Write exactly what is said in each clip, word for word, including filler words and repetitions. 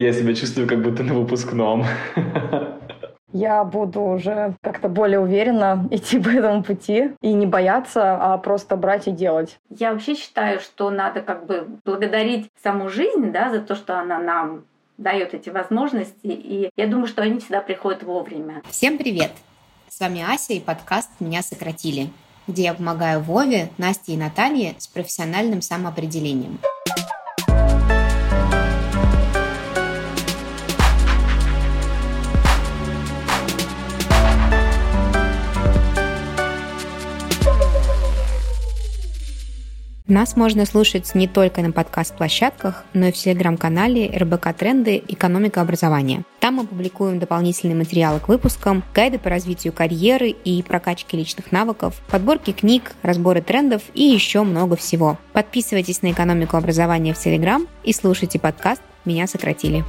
Я себя чувствую как будто на выпускном. Я буду уже как-то более уверенно идти по этому пути и не бояться, а просто брать и делать. Я вообще считаю, что надо как бы благодарить саму жизнь, да, за то, что она нам дает эти возможности. И я думаю, что они всегда приходят вовремя. Всем привет! С вами Ася и подкаст «Меня сократили», где я помогаю Вове, Насте и Наталье с профессиональным самоопределением. Нас можно слушать не только на подкаст-площадках, но и в телеграм-канале эр бэ ка Тренды «Экономика образования». Там мы публикуем дополнительные материалы к выпускам, гайды по развитию карьеры и прокачке личных навыков, подборки книг, разборы трендов и еще много всего. Подписывайтесь на «Экономику образования» в Телеграм и слушайте подкаст «Меня сократили».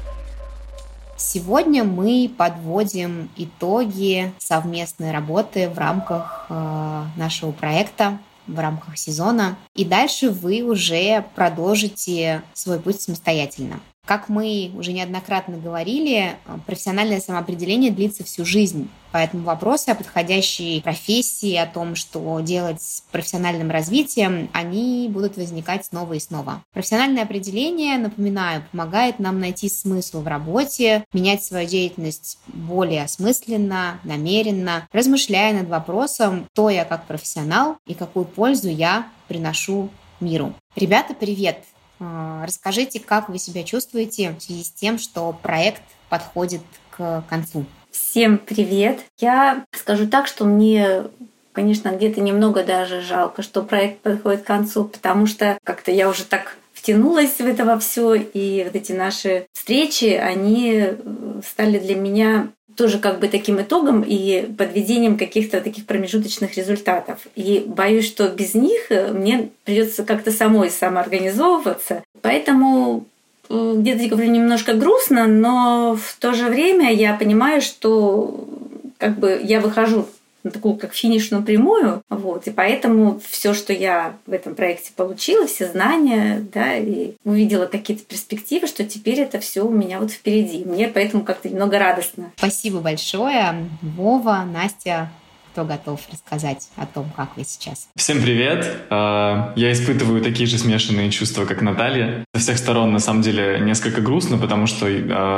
Сегодня мы подводим итоги совместной работы в рамках э, нашего проекта, в рамках сезона. И дальше вы уже продолжите свой путь самостоятельно. Как мы уже неоднократно говорили, профессиональное самоопределение длится всю жизнь. Поэтому вопросы о подходящей профессии, о том, что делать с профессиональным развитием, они будут возникать снова и снова. Профессиональное определение, напоминаю, помогает нам найти смысл в работе, менять свою деятельность более осмысленно, намеренно, размышляя над вопросом, кто я как профессионал и какую пользу я приношу миру. Ребята, привет! Расскажите, как вы себя чувствуете в связи с тем, что проект подходит к концу. Всем привет! Я скажу так, что мне, конечно, где-то немного даже жалко, что проект подходит к концу, потому что как-то я уже так втянулась в это во все, и вот эти наши встречи, они стали для меня тоже как бы таким итогом и подведением каких-то таких промежуточных результатов. И боюсь, что без них мне придется как-то самой самоорганизовываться. Поэтому где-то, я говорю, немножко грустно, но в то же время я понимаю, что как бы я выхожу на такую как финишную прямую, вот, и поэтому все, что я в этом проекте получила, все знания, да, и увидела какие-то перспективы, что теперь это все у меня вот впереди. Мне поэтому как-то немного радостно. Спасибо большое. Вова, Настя, кто готов рассказать о том, как вы сейчас? Всем привет! Я испытываю такие же смешанные чувства, как Наталья. Со всех сторон, на самом деле, несколько грустно, потому что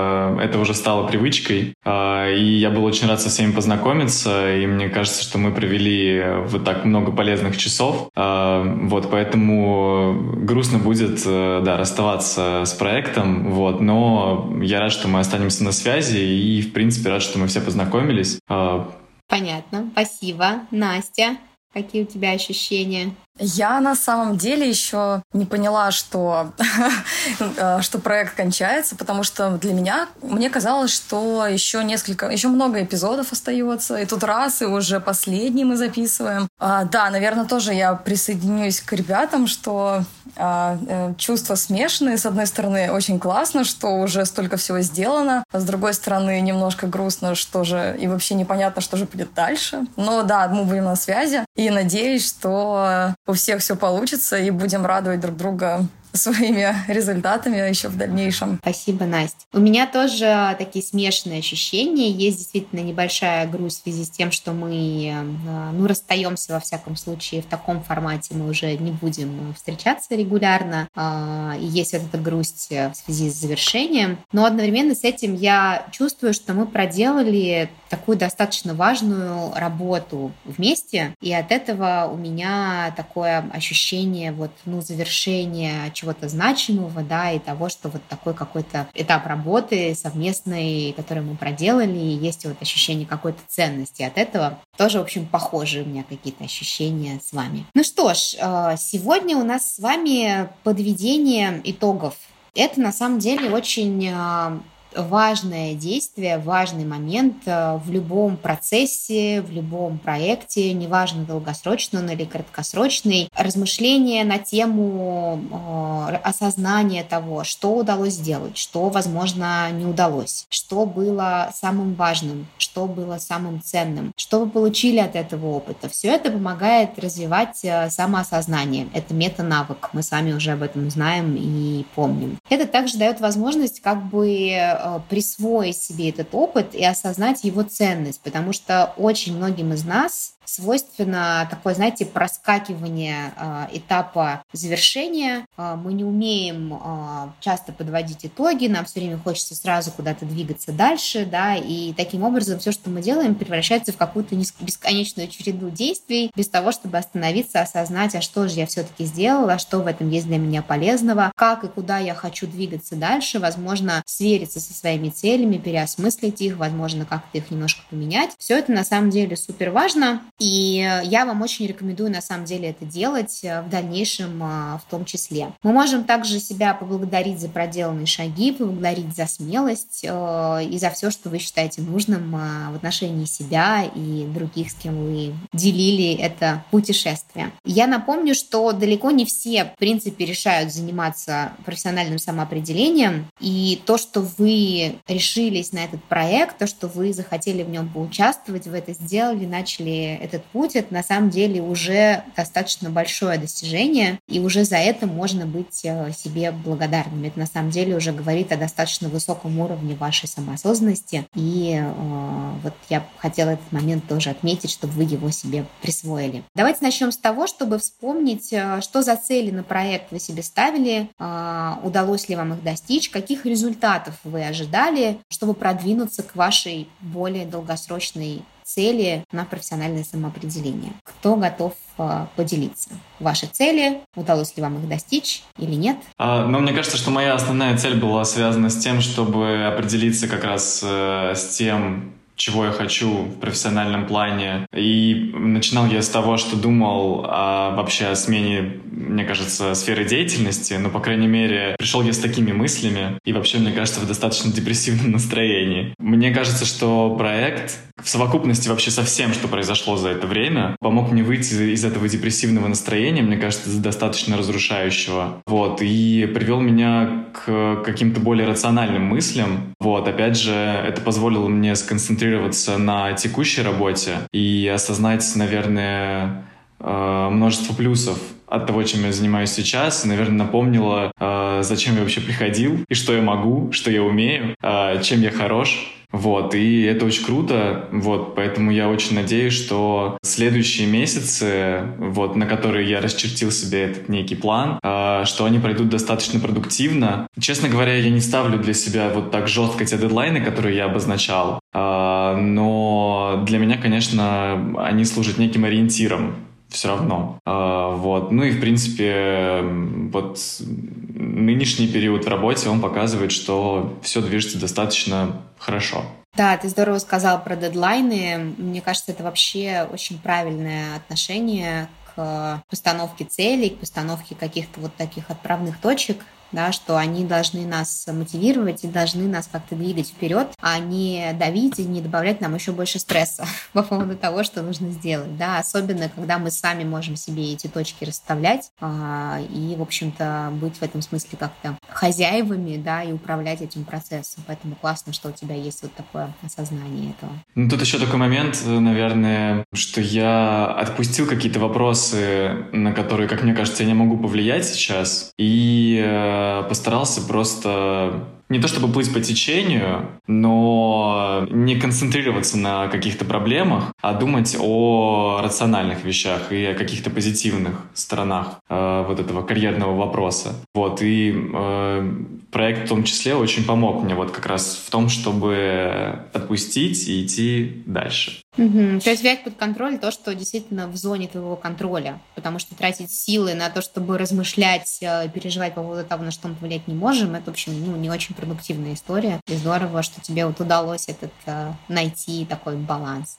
это уже стало привычкой. И я был очень рад со всеми познакомиться, и мне кажется, что мы провели вот так много полезных часов. Вот, поэтому грустно будет, да, расставаться с проектом, вот, но я рад, что мы останемся на связи, и, в принципе, рад, что мы все познакомились. Понятно, спасибо. Настя, какие у тебя ощущения? Я на самом деле еще не поняла, что, что проект кончается, потому что для меня, мне казалось, что еще несколько, еще много эпизодов остается, и тут раз, и уже последний мы записываем. А, да, наверное, тоже я присоединюсь к ребятам, что а, чувства смешанные. С одной стороны, очень классно, что уже столько всего сделано, а с другой стороны, немножко грустно, что же, и вообще непонятно, что же будет дальше. Но да, мы будем на связи, и надеюсь, что у всех все получится, и будем радовать друг друга своими результатами еще в дальнейшем. Спасибо, Настя. У меня тоже такие смешанные ощущения. Есть действительно небольшая грусть в связи с тем, что мы ну, расстаемся, во всяком случае, в таком формате. Мы уже не будем встречаться регулярно. И есть вот эта грусть в связи с завершением. Но одновременно с этим я чувствую, что мы проделали такую достаточно важную работу вместе. И от этого у меня такое ощущение вот, ну, завершения чего-то значимого, да, и того, что вот такой какой-то этап работы совместный, который мы проделали, и есть вот ощущение какой-то ценности от этого. Тоже, в общем, похожие у меня какие-то ощущения с вами. Ну что ж, сегодня у нас с вами подведение итогов. Это на самом деле очень важное действие, важный момент в любом процессе, в любом проекте, неважно, долгосрочный он или краткосрочный. Размышления на тему э, осознания того, что удалось сделать, что, возможно, не удалось, что было самым важным, что было самым ценным, что вы получили от этого опыта. Все это помогает развивать самоосознание. Это мета-навык. Мы с вами уже об этом знаем и помним. Это также дает возможность как бы присвоить себе этот опыт и осознать его ценность, потому что очень многим из нас свойственно такое, знаете, проскакивание э, этапа завершения. Э, мы не умеем э, часто подводить итоги, нам все время хочется сразу куда-то двигаться дальше, да, и таким образом все, что мы делаем, превращается в какую-то бесконечную череду действий, без того, чтобы остановиться, осознать, а что же я все-таки сделала, а что в этом есть для меня полезного, как и куда я хочу двигаться дальше, возможно, свериться со своими целями, переосмыслить их, возможно, как-то их немножко поменять. Все это на самом деле супер важно. И я вам очень рекомендую на самом деле это делать в дальнейшем в том числе. Мы можем также себя поблагодарить за проделанные шаги, поблагодарить за смелость и за все, что вы считаете нужным в отношении себя и других, с кем вы делили это путешествие. Я напомню, что далеко не все, в принципе, решают заниматься профессиональным самоопределением. И то, что вы решились на этот проект, то, что вы захотели в нем поучаствовать, вы это сделали, начали этот путь, это на самом деле уже достаточно большое достижение, и уже за это можно быть себе благодарным. Это на самом деле уже говорит о достаточно высоком уровне вашей самоосознанности, и э, вот я хотела этот момент тоже отметить, чтобы вы его себе присвоили. Давайте начнем с того, чтобы вспомнить, что за цели на проект вы себе ставили, э, удалось ли вам их достичь, каких результатов вы ожидали, чтобы продвинуться к вашей более долгосрочной цели на профессиональное самоопределение. Кто готов э, поделиться? Ваши цели, удалось ли вам их достичь или нет? А, ну, мне кажется, что моя основная цель была связана с тем, чтобы определиться как раз э, с тем, чего я хочу в профессиональном плане. И начинал я с того, что думал о, вообще о смене, мне кажется, сферы деятельности. Но, по крайней мере, пришел я с такими мыслями. И вообще, мне кажется, в достаточно депрессивном настроении. Мне кажется, что проект в совокупности вообще со всем, что произошло за это время, помог мне выйти из этого депрессивного настроения, мне кажется, достаточно разрушающего. Вот. И привел меня к каким-то более рациональным мыслям. Вот. Опять же, это позволило мне сконцентрироваться на текущей работе и осознать, наверное, множество плюсов от того, чем я занимаюсь сейчас, наверное, напомнила, зачем я вообще приходил, и что я могу, что я умею, чем я хорош. Вот, и это очень круто, вот, поэтому я очень надеюсь, что следующие месяцы, вот, на которые я расчертил себе этот некий план, э, что они пройдут достаточно продуктивно. Честно говоря, я не ставлю для себя вот так жестко те дедлайны, которые я обозначал, э, но для меня, конечно, они служат неким ориентиром. Все равно. А, вот. Ну и, в принципе, вот нынешний период в работе, он показывает, что все движется достаточно хорошо. Да, ты здорово сказал про дедлайны. Мне кажется, это вообще очень правильное отношение к постановке целей, к постановке каких-то вот таких отправных точек, да, что они должны нас мотивировать и должны нас как-то двигать вперед, а не давить и не добавлять нам еще больше стресса по поводу того, что нужно сделать. Да, особенно, когда мы сами можем себе эти точки расставлять а, и, в общем-то, быть в этом смысле как-то хозяевами, да, и управлять этим процессом. Поэтому классно, что у тебя есть вот такое осознание этого. Ну, тут еще такой момент, наверное, что я отпустил какие-то вопросы, на которые, как мне кажется, я не могу повлиять сейчас, и постарался просто не то чтобы плыть по течению, но не концентрироваться на каких-то проблемах, а думать о рациональных вещах и о каких-то позитивных сторонах э, вот этого карьерного вопроса. Вот, и э, проект в том числе очень помог мне вот как раз в том, чтобы отпустить и идти дальше. Угу. То есть взять под контроль то, что действительно в зоне твоего контроля, потому что тратить силы на то, чтобы размышлять и переживать по поводу того, на что мы повлиять не можем, это, в общем, ну, не очень продуктивная история. И здорово, что тебе вот удалось этот, найти такой баланс.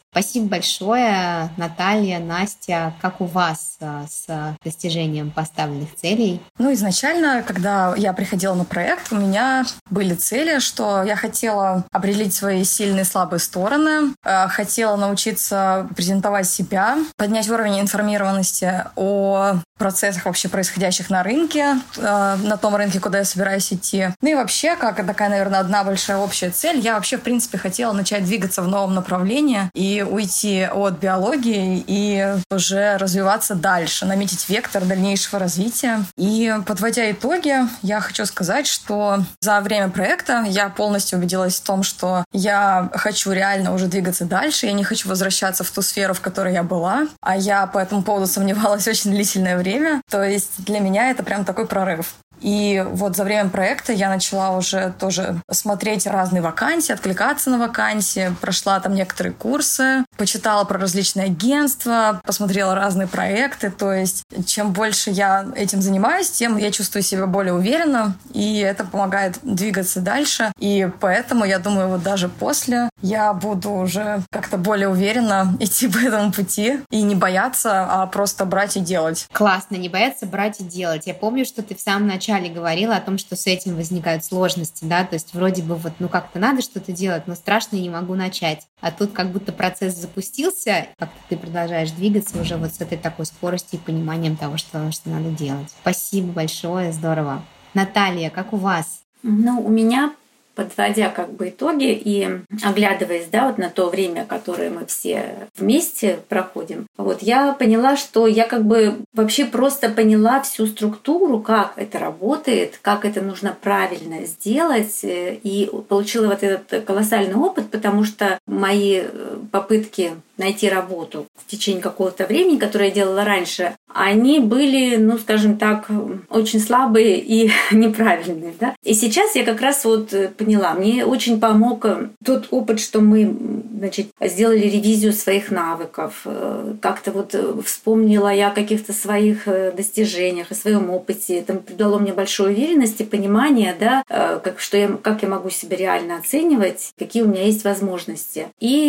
Спасибо большое, Наталья, Настя. Как у вас с достижением поставленных целей? Ну, изначально, когда я приходила на проект, у меня были цели, что я хотела определить свои сильные и слабые стороны, хотела научиться презентовать себя, поднять уровень информированности о процессах вообще происходящих на рынке, на том рынке, куда я собираюсь идти. Ну и вообще, как такая, наверное, одна большая общая цель, я вообще, в принципе, хотела начать двигаться в новом направлении и уйти от биологии и уже развиваться дальше, наметить вектор дальнейшего развития. И, подводя итоги, я хочу сказать, что за время проекта я полностью убедилась в том, что я хочу реально уже двигаться дальше, я не хочу возвращаться в ту сферу, в которой я была, а я по этому поводу сомневалась очень длительное время. То есть для меня это прям такой прорыв. И вот за время проекта я начала уже тоже смотреть разные вакансии, откликаться на вакансии, прошла там некоторые курсы, почитала про различные агентства, посмотрела разные проекты. То есть чем больше я этим занимаюсь, тем я чувствую себя более уверенно, и это помогает двигаться дальше. И поэтому, я думаю, вот даже после я буду уже как-то более уверенно идти по этому пути и не бояться, а просто брать и делать. Классно, не бояться брать и делать. Я помню, что ты в самом начале говорила о том, что с этим возникают сложности, да, то есть вроде бы вот, ну как-то надо что-то делать, но страшно и не могу начать. А тут как будто процесс запустился, как-то ты продолжаешь двигаться уже вот с этой такой скоростью и пониманием того, что, что надо делать. Спасибо большое, здорово. Наталья, как у вас? Ну, у меня, подводя как бы итоги и оглядываясь, да, вот на то время, которое мы все вместе проходим, вот я поняла, что я как бы вообще просто поняла всю структуру, как это работает, как это нужно правильно сделать, и получила вот этот колоссальный опыт, потому что мои попытки найти работу в течение какого-то времени, которое я делала раньше, они были, ну, скажем так, очень слабые и неправильные, да. И сейчас я как раз вот поняла, мне очень помог тот опыт, что мы, значит, сделали ревизию своих навыков, как-то вот вспомнила я о каких-то своих достижениях, о своем опыте, это придало мне большой уверенности, понимание, да, как, что я, как я могу себя реально оценивать, какие у меня есть возможности.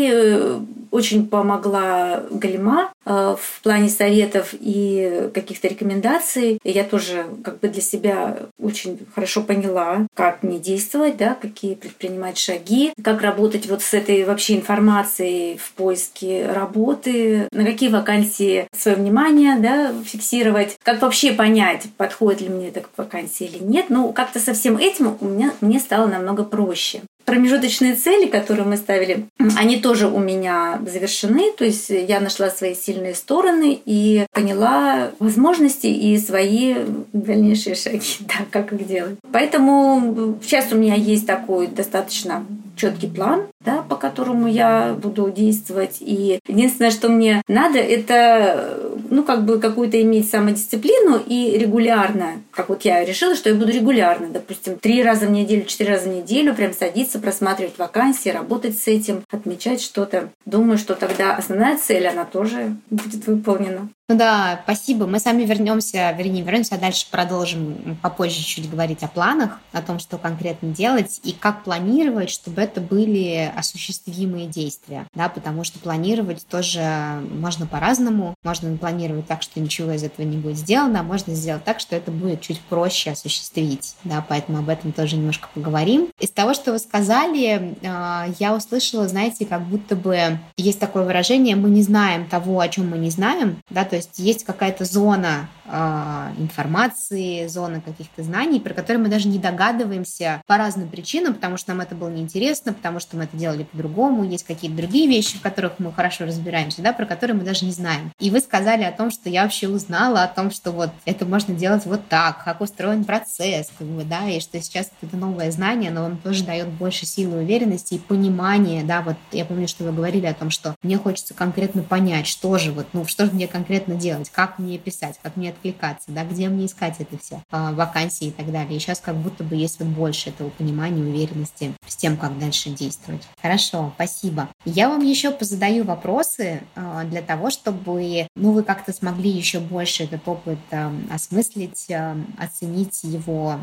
И очень помогла Галима в плане советов и каких-то рекомендаций. И я тоже как бы для себя очень хорошо поняла, как мне действовать, да, какие предпринимать шаги, как работать вот с этой вообще информацией в поиске работы, на какие вакансии свое внимание, да, фиксировать, как вообще понять, подходит ли мне эта вакансия или нет. Ну, как-то со всем этим у меня, мне стало намного проще. Промежуточные цели, которые мы ставили, они тоже у меня завершены. То есть я нашла свои сильные стороны и поняла возможности и свои дальнейшие шаги, да, как их делать. Поэтому сейчас у меня есть такой достаточно четкий план, да, по которому я буду действовать. И единственное, что мне надо, это, ну, как бы какую-то иметь самодисциплину и регулярно, как вот я решила, что я буду регулярно, допустим, три раза в неделю, четыре раза в неделю прям садиться, просматривать вакансии, работать с этим, отмечать что-то. Думаю, что тогда основная цель, она тоже будет выполнена. Ну да, спасибо. Мы с вами вернемся, вернее, вернемся, а дальше продолжим попозже чуть говорить о планах, о том, что конкретно делать и как планировать, чтобы это были осуществимые действия, да, потому что планировать тоже можно по-разному. Можно планировать так, что ничего из этого не будет сделано, а можно сделать так, что это будет чуть проще осуществить, да, поэтому об этом тоже немножко поговорим. Из того, что вы сказали, я услышала, знаете, как будто бы есть такое выражение: мы не знаем того, о чем мы не знаем, да, то есть есть какая-то зона э, информации, зона каких-то знаний, про которые мы даже не догадываемся по разным причинам, потому что нам это было неинтересно, потому что мы это делали по-другому, есть какие-то другие вещи, в которых мы хорошо разбираемся, да, про которые мы даже не знаем. И вы сказали о том, что я вообще узнала о том, что вот это можно делать вот так, как устроен процесс, как бы, да, и что сейчас это новое знание, но вам тоже дает больше силы, уверенности и понимания, да, вот я помню, что вы говорили о том, что мне хочется конкретно понять, что же вот, ну, что же мне конкретно делать, как мне писать, как мне откликаться, да, где мне искать это все, э, вакансии и так далее. И сейчас как будто бы есть вот больше этого понимания, уверенности с тем, как дальше действовать. Хорошо, спасибо. Я вам еще позадаю вопросы э, для того, чтобы, ну, вы как-то смогли еще больше этот опыт э, осмыслить, э, оценить его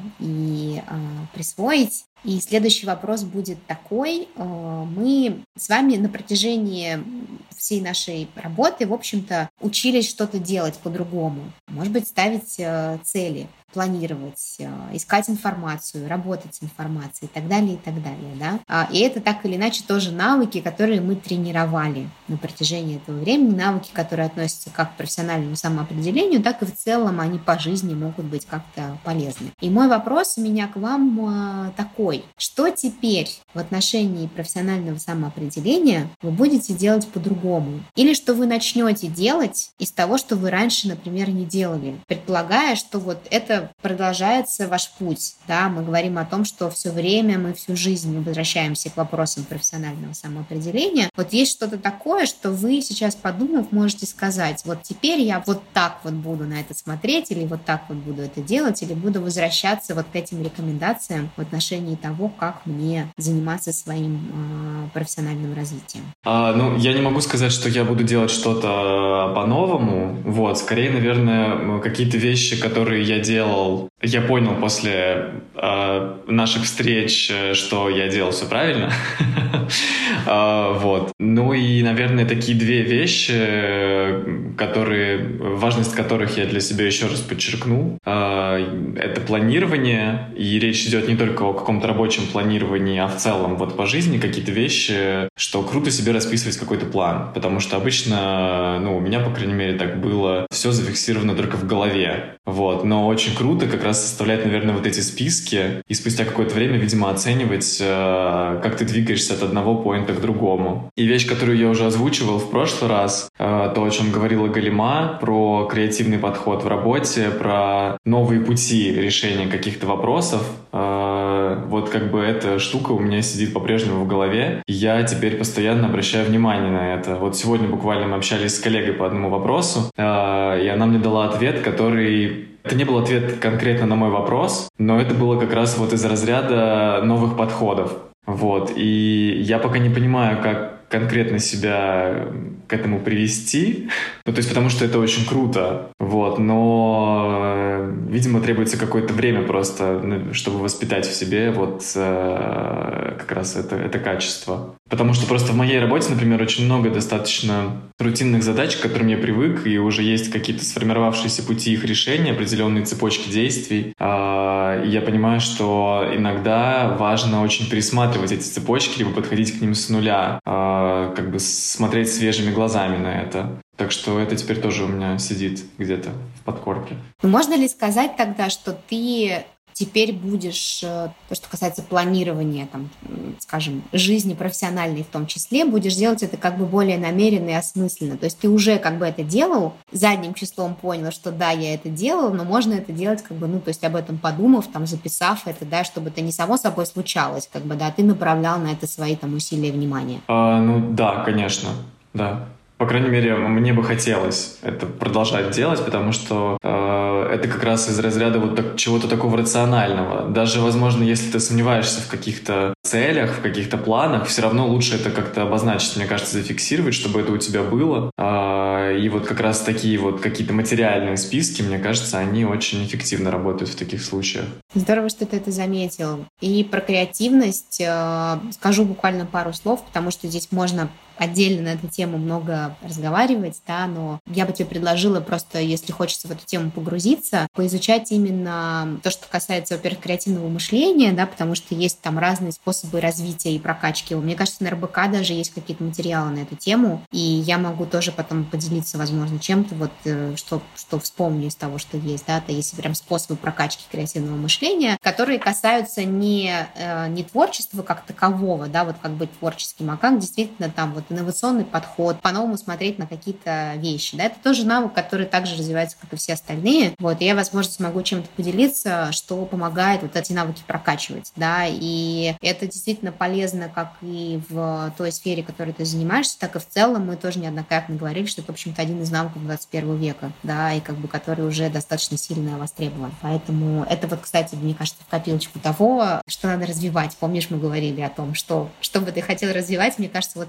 и э, присвоить. И следующий вопрос будет такой. Мы с вами на протяжении всей нашей работы, в общем-то, учились что-то делать по-другому. Может быть, ставить э, цели, планировать, э, искать информацию, работать с информацией и так далее, и так далее. Да? А, и это так или иначе тоже навыки, которые мы тренировали на протяжении этого времени, навыки, которые относятся как к профессиональному самоопределению, так и в целом они по жизни могут быть как-то полезны. И мой вопрос у меня к вам э, такой. Что теперь в отношении профессионального самоопределения вы будете делать по-другому? Или что вы начнете делать из того, что вы раньше, например, не делали, предполагая, что вот это продолжается ваш путь. Да? Мы говорим о том, что все время мы всю жизнь мы возвращаемся к вопросам профессионального самоопределения. Вот есть что-то такое, что вы сейчас, подумав, можете сказать, вот теперь я вот так вот буду на это смотреть, или вот так вот буду это делать, или буду возвращаться вот к этим рекомендациям в отношении того, как мне заниматься своим э, профессиональным развитием. А, ну, я не могу сказать, что я буду делать что-то по-новому. Вот, скорее, наверное, какие-то вещи, которые я делал, я понял после э, наших встреч, что я делал все правильно. Вот. Ну и, наверное, такие две вещи, которые, важность которых я для себя еще раз подчеркну, это планирование, и речь идет не только о каком-то рабочем планировании, а в целом вот по жизни какие-то вещи, что круто себе расписывать какой-то план, потому что обычно, ну, у меня, по крайней мере, так было, все зафиксировано только в голове, вот, но очень круто как раз составлять, наверное, вот эти списки, и спустя какое-то время, видимо, оценивать, как ты двигаешься от одного поинта к другому. И вещь, которую я уже озвучивал в прошлый раз, то, о чем говорила Галима, про креативный подход в работе, про новые пути решения каких-то вопросов, вот как бы эта штука у меня сидит по-прежнему в голове. Я теперь постоянно обращаю внимание на это. Вот сегодня буквально мы общались с коллегой по одному вопросу, и она мне дала ответ, который... Это не был ответ конкретно на мой вопрос, но это было как раз вот из разряда новых подходов. Вот. И я пока не понимаю, как конкретно себя к этому привести. Ну, то есть, потому что это очень круто. Вот. Но, видимо, требуется какое-то время просто, чтобы воспитать в себе вот как раз это, это качество. Потому что просто в моей работе, например, очень много достаточно рутинных задач, к которым я привык, и уже есть какие-то сформировавшиеся пути их решения, определенные цепочки действий. И я понимаю, что иногда важно очень пересматривать эти цепочки, либо подходить к ним с нуля, как бы смотреть свежими глазами на это. Так что это теперь тоже у меня сидит где-то в подкорке. Можно ли сказать тогда, что ты теперь будешь, то, что касается планирования, там, скажем, жизни профессиональной в том числе, будешь делать это как бы более намеренно и осмысленно. То есть ты уже как бы это делал, задним числом понял, что да, я это делал, но можно это делать как бы, ну, то есть об этом подумав, там, записав это, да, чтобы это не само собой случалось, как бы, да, ты направлял на это свои там усилия внимания. А, ну да, конечно, да. По крайней мере, мне бы хотелось это продолжать делать, потому что э, это как раз из разряда вот так, чего-то такого рационального. Даже, возможно, если ты сомневаешься в каких-то целях, в каких-то планах, все равно лучше это как-то обозначить, мне кажется, зафиксировать, чтобы это у тебя было. Э, и вот как раз такие вот какие-то материальные списки, мне кажется, они очень эффективно работают в таких случаях. Здорово, что ты это заметил. И про креативность э, скажу буквально пару слов, потому что здесь можно отдельно на эту тему много разговаривать, да, но я бы тебе предложила просто, если хочется в эту тему погрузиться, поизучать именно то, что касается, во-первых, креативного мышления, да, потому что есть там разные способы развития и прокачки его. Мне кажется, на эр бэ ка даже есть какие-то материалы на эту тему, и я могу тоже потом поделиться, возможно, чем-то, вот, что, что вспомню из того, что есть, да, то есть прям способы прокачки креативного мышления, которые касаются не, не творчества как такового, да, вот как быть творческим, а как действительно там вот инновационный подход, по-новому смотреть на какие-то вещи. Да? Это тоже навык, который также развивается, как и все остальные. Вот. И я, возможно, смогу чем-то поделиться, что помогает вот эти навыки прокачивать. Да? И это действительно полезно как и в той сфере, которой ты занимаешься, так и в целом. Мы тоже неоднократно говорили, что это, в общем-то, один из навыков двадцать первого века, да? И как бы который уже достаточно сильно востребован. Поэтому это вот, кстати, мне кажется, в копилочку того, что надо развивать. Помнишь, мы говорили о том, что, что бы ты хотел развивать, мне кажется, вот оно как раз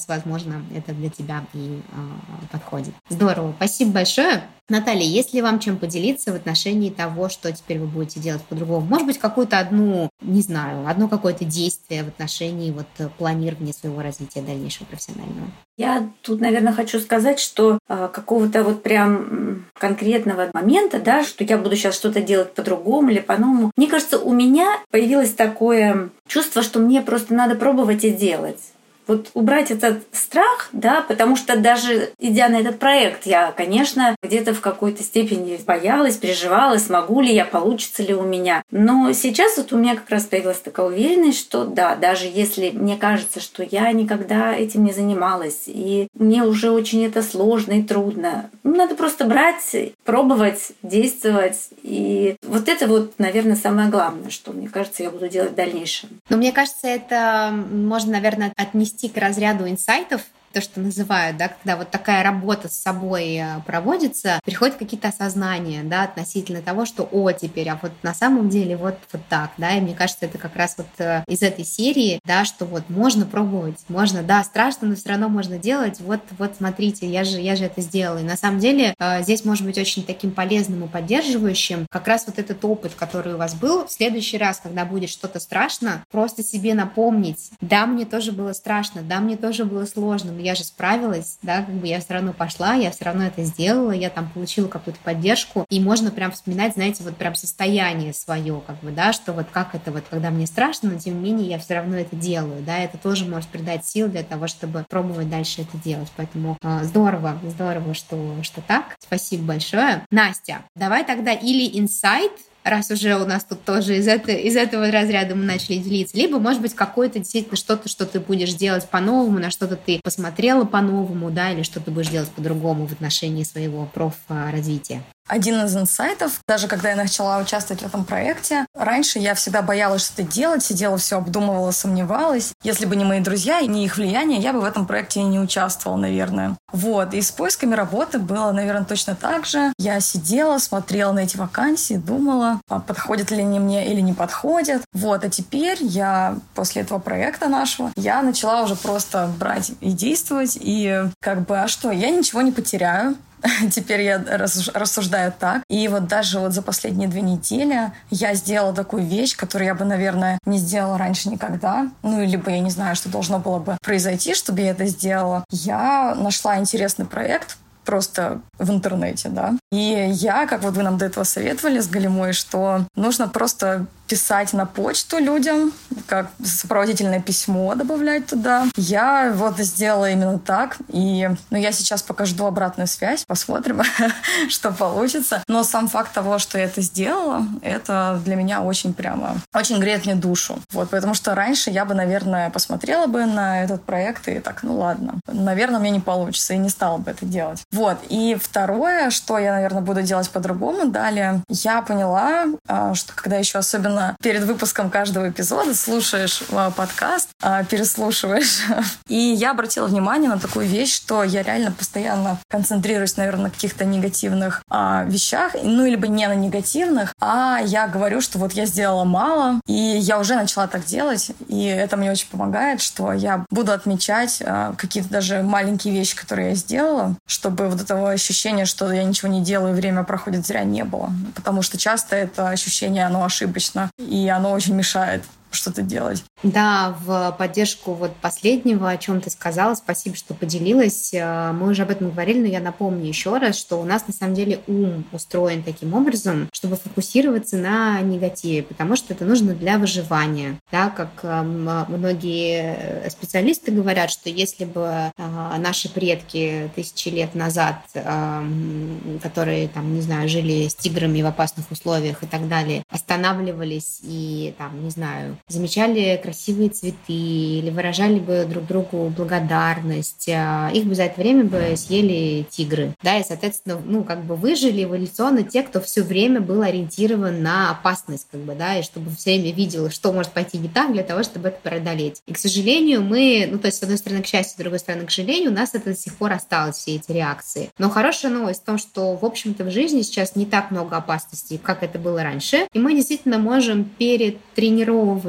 раз, возможно, это для тебя и э, подходит. Здорово, спасибо большое. Наталья, есть ли вам чем поделиться в отношении того, что теперь вы будете делать по-другому? Может быть, какую-то одну, не знаю, одно какое-то действие в отношении вот планирования своего развития дальнейшего профессионального? Я тут, наверное, хочу сказать, что э, какого-то вот прям конкретного момента, да, что я буду сейчас что-то делать по-другому или по-новому. Мне кажется, у меня появилось такое чувство, что мне просто надо пробовать и делать. Вот убрать этот страх, да, потому что даже идя на этот проект, я, конечно, где-то в какой-то степени боялась, переживала, смогу ли я, получится ли у меня. Но сейчас вот у меня как раз появилась такая уверенность, что да, даже если мне кажется, что я никогда этим не занималась, и мне уже очень это сложно и трудно, ну, надо просто брать, пробовать, действовать. И вот это вот, наверное, самое главное, что, мне кажется, я буду делать в дальнейшем. Но мне кажется, это можно, наверное, отнести к разряду инсайтов, то, что называют, да, когда вот такая работа с собой проводится, приходят какие-то осознания, да, относительно того, что, о, теперь, а вот на самом деле вот, вот так, да, и мне кажется, это как раз вот из этой серии, да, что вот можно пробовать, можно, да, страшно, но все равно можно делать, вот, вот смотрите, я же, я же это сделала. И на самом деле здесь может быть очень таким полезным и поддерживающим как раз вот этот опыт, который у вас был. В следующий раз, когда будет что-то страшно, просто себе напомнить, да, мне тоже было страшно, да, мне тоже было сложно, я же справилась, да, как бы я все равно пошла, я все равно это сделала, я там получила какую-то поддержку, и можно прям вспоминать, знаете, вот прям состояние свое, как бы, да, что вот как это вот, когда мне страшно, но тем не менее я все равно это делаю, да, это тоже может придать сил для того, чтобы пробовать дальше это делать, поэтому э, здорово, здорово, что, что так, спасибо большое. Настя, давай тогда или инсайт, раз уже у нас тут тоже из, это, из этого разряда мы начали делиться, либо, может быть, какое-то действительно что-то, что ты будешь делать по-новому, на что-то ты посмотрела по-новому, да, или что ты будешь делать по-другому в отношении своего профразвития. Один из инсайтов, даже когда я начала участвовать в этом проекте, раньше я всегда боялась что-то делать, сидела, все обдумывала, сомневалась. Если бы не мои друзья и не их влияние, я бы в этом проекте и не участвовала, наверное. Вот, и с поисками работы было, наверное, точно так же. Я сидела, смотрела на эти вакансии, думала, подходят ли они мне или не подходят. Вот, а теперь я после этого проекта нашего, я начала уже просто брать и действовать, и как бы, а что, я ничего не потеряю. Теперь я рассуждаю так. И вот даже вот за последние две недели я сделала такую вещь, которую я бы, наверное, не сделала раньше никогда. Ну, либо я не знаю, что должно было бы произойти, чтобы я это сделала. Я нашла интересный проект просто в интернете, да. И я, как вот вы нам до этого советовали с Галимой, что нужно просто писать на почту людям, как сопроводительное письмо добавлять туда. Я вот сделала именно так. И ну, я сейчас пока жду обратную связь. Посмотрим, что получится. Но сам факт того, что я это сделала, это для меня очень прямо, очень греет мне душу. Вот, потому что раньше я бы, наверное, посмотрела бы на этот проект и так, ну ладно, наверное, мне не получится, и не стала бы это делать. Вот. И второе, что я, наверное, буду делать по-другому далее, я поняла, что когда еще особенно перед выпуском каждого эпизода слушаешь подкаст, переслушиваешь. И я обратила внимание на такую вещь, что я реально постоянно концентрируюсь, наверное, на каких-то негативных а, вещах, ну, либо не на негативных, а я говорю, что вот я сделала мало, и я уже начала так делать, и это мне очень помогает, что я буду отмечать а, какие-то даже маленькие вещи, которые я сделала, чтобы вот этого ощущения, что я ничего не делаю, время проходит зря, не было. Потому что часто это ощущение, оно ошибочно, и оно очень мешает что-то делать. Да, в поддержку вот последнего, о чем ты сказала, спасибо, что поделилась. Мы уже об этом говорили, но я напомню еще раз, что у нас на самом деле ум устроен таким образом, чтобы фокусироваться на негативе, потому что это нужно для выживания. Да, как многие специалисты говорят, что если бы наши предки тысячи лет назад, которые, там, не знаю, жили с тиграми в опасных условиях и так далее, останавливались и, там, не знаю, замечали красивые цветы или выражали бы друг другу благодарность, их бы за это время бы съели тигры. Да, и, соответственно, ну, как бы выжили эволюционно те, кто все время был ориентирован на опасность, как бы, да, и чтобы все время видел, что может пойти не так для того, чтобы это преодолеть. И, к сожалению, мы, ну, то есть, с одной стороны, к счастью, с другой стороны, к сожалению, у нас это до сих пор осталось, все эти реакции. Но хорошая новость в том, что, в общем-то, в жизни сейчас не так много опасностей, как это было раньше, и мы действительно можем перетренировывать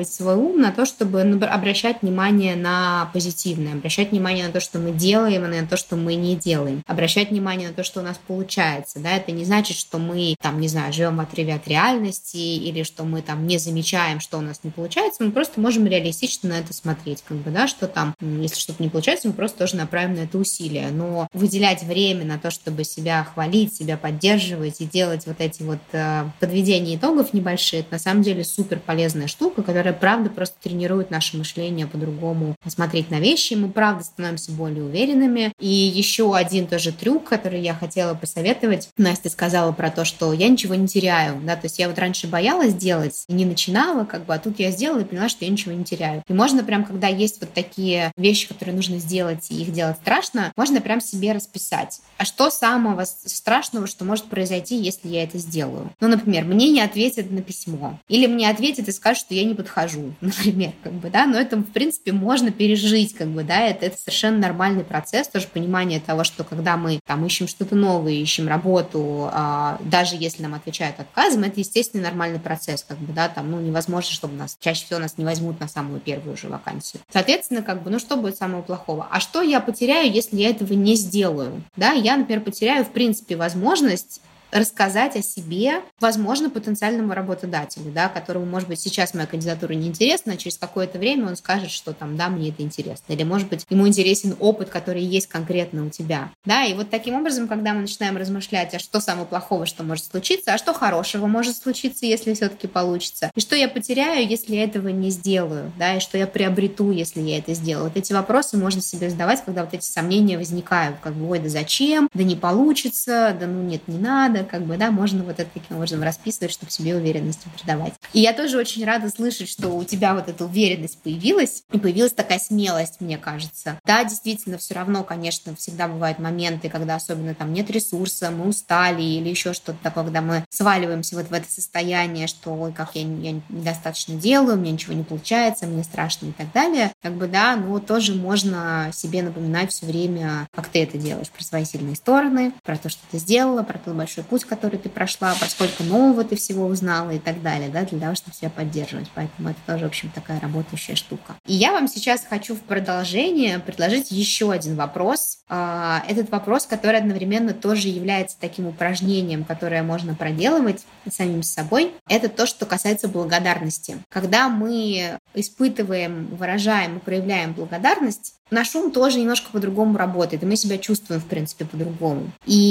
тренировать свой ум на то, чтобы обращать внимание на позитивное, обращать внимание на то, что мы делаем, и на то, что мы не делаем, обращать внимание на то, что у нас получается. Да? Это не значит, что мы, там, не знаю, живем в отрыве от реальности или что мы там не замечаем, что у нас не получается. Мы просто можем реалистично на это смотреть, как бы, да, что там, если что-то не получается, мы просто тоже направим на это усилия. Но выделять время на то, чтобы себя хвалить, себя поддерживать и делать вот эти вот э, подведения итогов небольшие, это на самом деле супер полезная штука, которая, правда, просто тренирует наше мышление по-другому смотреть на вещи. Мы, правда, становимся более уверенными. И еще один тоже трюк, который я хотела посоветовать. Настя сказала про то, что я ничего не теряю. Да? То есть я вот раньше боялась делать и не начинала, как бы, а тут я сделала и поняла, что я ничего не теряю. И можно прям, когда есть вот такие вещи, которые нужно сделать, и их делать страшно, можно прям себе расписать. А что самого страшного, что может произойти, если я это сделаю? Ну, например, мне не ответят на письмо. Или мне ответят и скажут, что я не подхожу, например, как бы, да, но это, в принципе, можно пережить, как бы, да, это, это совершенно нормальный процесс, тоже понимание того, что когда мы там ищем что-то новое, ищем работу, а, даже если нам отвечают отказом, это, естественно, нормальный процесс, как бы, да, там, ну, невозможно, чтобы нас, чаще всего нас не возьмут на самую первую же вакансию. Соответственно, как бы, ну, что будет самого плохого? А что я потеряю, если я этого не сделаю? Да, я, например, потеряю, в принципе, возможность рассказать о себе, возможно, потенциальному работодателю, да, которому, может быть, сейчас моя кандидатура неинтересна, а через какое-то время он скажет, что там, да, мне это интересно. Или, может быть, ему интересен опыт, который есть конкретно у тебя. Да, и вот таким образом, когда мы начинаем размышлять, а что самого плохого, что может случиться, а что хорошего может случиться, если все-таки получится, и что я потеряю, если я этого не сделаю, да, и что я приобрету, если я это сделаю. Вот эти вопросы можно себе задавать, когда вот эти сомнения возникают, как бы, ой, да зачем, да не получится, да ну нет, не надо, как бы, да, можно вот это таким образом расписывать, чтобы себе уверенность придавать. И я тоже очень рада слышать, что у тебя вот эта уверенность появилась, и появилась такая смелость, мне кажется. Да, действительно, все равно, конечно, всегда бывают моменты, когда особенно там нет ресурса, мы устали или еще что-то такое, когда мы сваливаемся вот в это состояние, что, ой, как я, я недостаточно делаю, у меня ничего не получается, мне страшно и так далее. Как бы, да, но тоже можно себе напоминать все время, как ты это делаешь, про свои сильные стороны, про то, что ты сделала, про тот большой путь, который ты прошла, про сколько нового ты всего узнала и так далее, да, для того, чтобы себя поддерживать. Поэтому это тоже, в общем, такая работающая штука. И я вам сейчас хочу в продолжение предложить еще один вопрос. Этот вопрос, который одновременно тоже является таким упражнением, которое можно проделывать самим собой, это то, что касается благодарности. Когда мы испытываем, выражаем и проявляем благодарность, наш ум тоже немножко по-другому работает, и мы себя чувствуем, в принципе, по-другому.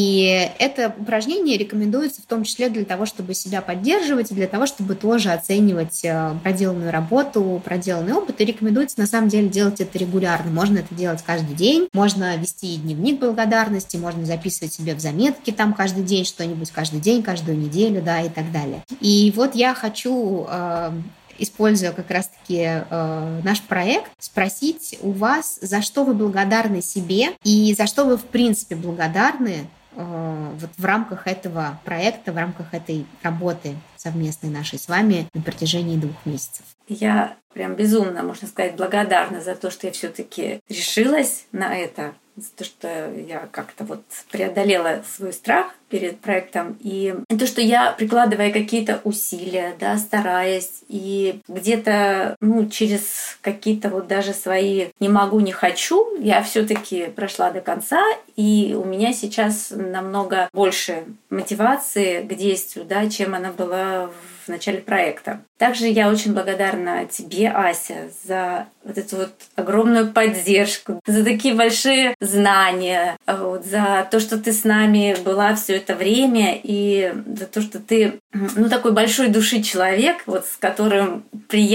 И это упражнение рекомендуется в том числе для того, чтобы себя поддерживать, и для того, чтобы тоже оценивать проделанную работу, проделанный опыт, и рекомендуется, на самом деле, делать это регулярно. Можно это делать каждый день, можно вести дневник благодарности, можно записывать себе в заметки там каждый день что-нибудь, каждый день, каждую неделю, да, и так далее. И вот я хочу... используя как раз-таки э, наш проект, спросить у вас, за что вы благодарны себе и за что вы, в принципе, благодарны э, вот в рамках этого проекта, в рамках этой работы совместной нашей с вами на протяжении двух месяцев. Я прям безумно, можно сказать, благодарна за то, что я все-таки решилась на это, за то, что я как-то вот преодолела свой страх перед проектом. И то, что я, прикладывая какие-то усилия, да, стараясь, и где-то, ну, через какие-то вот даже свои «не могу, не хочу», я все-таки прошла до конца, и у меня сейчас намного больше мотивации к действию, да, чем она была в начале проекта. Также я очень благодарна тебе, Ася, за вот эту вот огромную поддержку, за такие большие знания, вот, за то, что ты с нами была все это время, и за то, что ты, ну, такой большой души человек, вот, с которым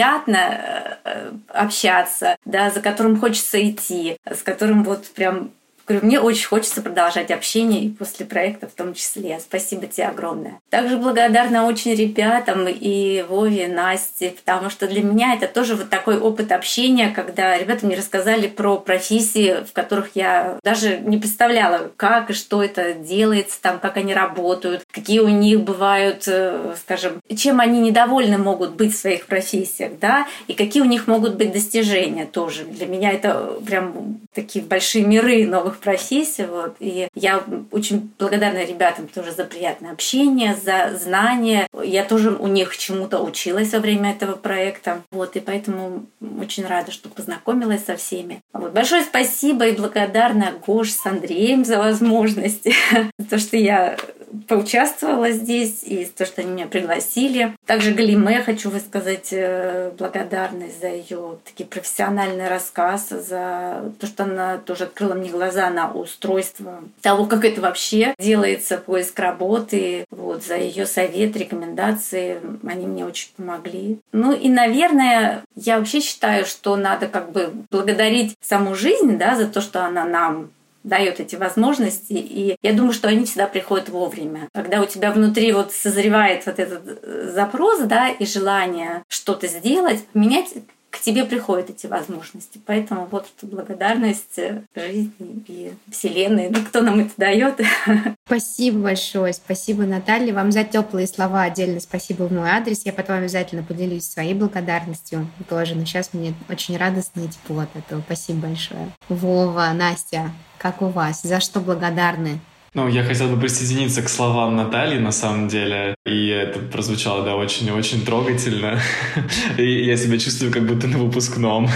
приятно общаться, да, за которым хочется идти, с которым вот прям... Говорю, мне очень хочется продолжать общение и после проекта в том числе. Спасибо тебе огромное. Также благодарна очень ребятам и Вове, Насте, потому что для меня это тоже вот такой опыт общения, когда ребята мне рассказали про профессии, в которых я даже не представляла, как и что это делается, там, как они работают, какие у них бывают, скажем, чем они недовольны могут быть в своих профессиях, да, и какие у них могут быть достижения тоже. Для меня это прям такие большие миры новых новых профессий. Вот. И я очень благодарна ребятам тоже за приятное общение, за знания. Я тоже у них чему-то училась во время этого проекта. Вот. И поэтому очень рада, что познакомилась со всеми. Вот. Большое спасибо и благодарна Гош с Андреем за возможность, за то, что я поучаствовала здесь и за то, что они меня пригласили. Также Галиме хочу высказать благодарность за ее такой профессиональный рассказ, за то, что она тоже открыла мне глаза на устройство того, как это вообще делается, поиск работы, вот, за ее совет, рекомендации. Они мне очень помогли. Ну и, наверное, я вообще считаю, что надо как бы благодарить саму жизнь, да, за то, что она нам дает эти возможности, и я думаю, что они всегда приходят вовремя. Когда у тебя внутри вот созревает вот этот запрос, да, и желание что-то сделать, поменять, к тебе приходят эти возможности. Поэтому вот благодарность жизни и Вселенной, ну кто нам это дает. Спасибо большое, спасибо, Наталья, вам за теплые слова. Отдельно спасибо в мой адрес. Я потом обязательно поделюсь своей благодарностью тоже. Но сейчас мне очень радостно и тепло от этого. Спасибо большое. Вова, Настя, как у вас? За что благодарны? Ну, я хотел бы присоединиться к словам Натальи, на самом деле, и это прозвучало, да, очень-очень трогательно, и я себя чувствую как будто на выпускном.